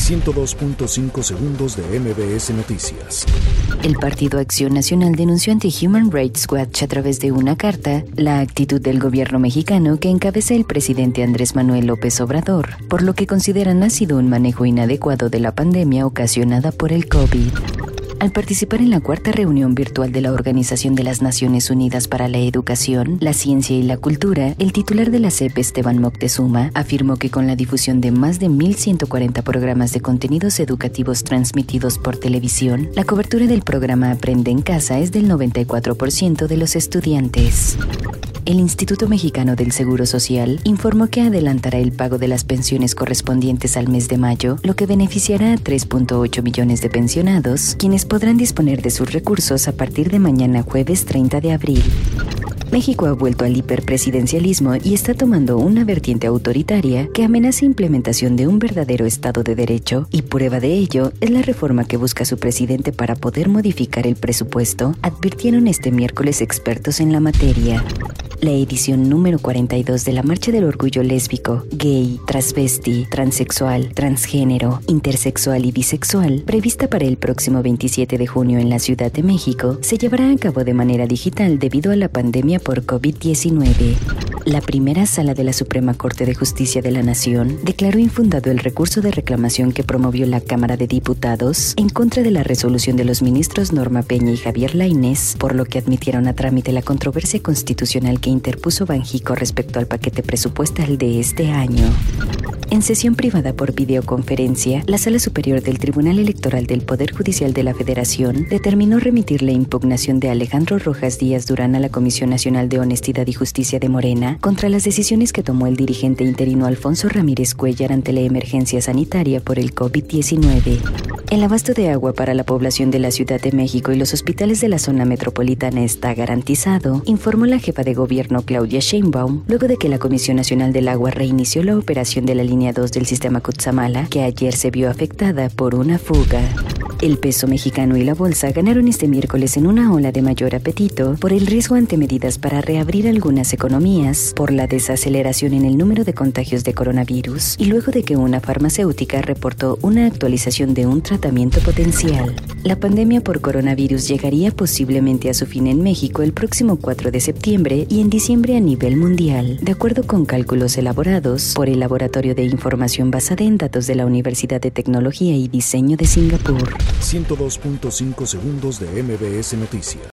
102.5 segundos de MBS Noticias. El Partido Acción Nacional denunció ante Human Rights Watch a través de una carta la actitud del gobierno mexicano que encabeza el presidente Andrés Manuel López Obrador, por lo que consideran ha sido un manejo inadecuado de la pandemia ocasionada por el COVID. Al participar en la cuarta reunión virtual de la Organización de las Naciones Unidas para la Educación, la Ciencia y la Cultura, el titular de la CEP, Esteban Moctezuma, afirmó que con la difusión de más de 1,140 programas de contenidos educativos transmitidos por televisión, la cobertura del programa Aprende en Casa es del 94% de los estudiantes. El Instituto Mexicano del Seguro Social informó que adelantará el pago de las pensiones correspondientes al mes de mayo, lo que beneficiará a 3.8 millones de pensionados, quienes podrán disponer de sus recursos a partir de mañana jueves 30 de abril. México ha vuelto al hiperpresidencialismo y está tomando una vertiente autoritaria que amenaza implementación de un verdadero Estado de Derecho, y prueba de ello es la reforma que busca su presidente para poder modificar el presupuesto, advirtieron este miércoles expertos en la materia. La edición número 42 de la Marcha del Orgullo Lésbico, Gay, Transvesti, Transexual, Transgénero, Intersexual y Bisexual, prevista para el próximo 27 de junio en la Ciudad de México, se llevará a cabo de manera digital debido a la pandemia por COVID-19. La primera sala de la Suprema Corte de Justicia de la Nación declaró infundado el recurso de reclamación que promovió la Cámara de Diputados en contra de la resolución de los ministros Norma Peña y Javier Lainez, por lo que admitieron a trámite la controversia constitucional que interpuso Banjico respecto al paquete presupuestal de este año. En sesión privada por videoconferencia, la Sala Superior del Tribunal Electoral del Poder Judicial de la Federación determinó remitir la impugnación de Alejandro Rojas Díaz Durán a la Comisión Nacional de Honestidad y Justicia de Morena contra las decisiones que tomó el dirigente interino Alfonso Ramírez Cuellar ante la emergencia sanitaria por el COVID-19. El abasto de agua para la población de la Ciudad de México y los hospitales de la zona metropolitana está garantizado, informó la jefa de gobierno Claudia Sheinbaum, luego de que la Comisión Nacional del Agua reinició la operación de la línea 2 del sistema Cutzamala, que ayer se vio afectada por una fuga. El peso mexicano y la bolsa ganaron este miércoles en una ola de mayor apetito por el riesgo ante medidas para reabrir algunas economías, por la desaceleración en el número de contagios de coronavirus y luego de que una farmacéutica reportó una actualización de un tratamiento potencial. La pandemia por coronavirus llegaría posiblemente a su fin en México el próximo 4 de septiembre y en diciembre a nivel mundial, de acuerdo con cálculos elaborados por el Laboratorio de Información basada en datos de la Universidad de Tecnología y Diseño de Singapur. 102.5 segundos de MBS Noticias.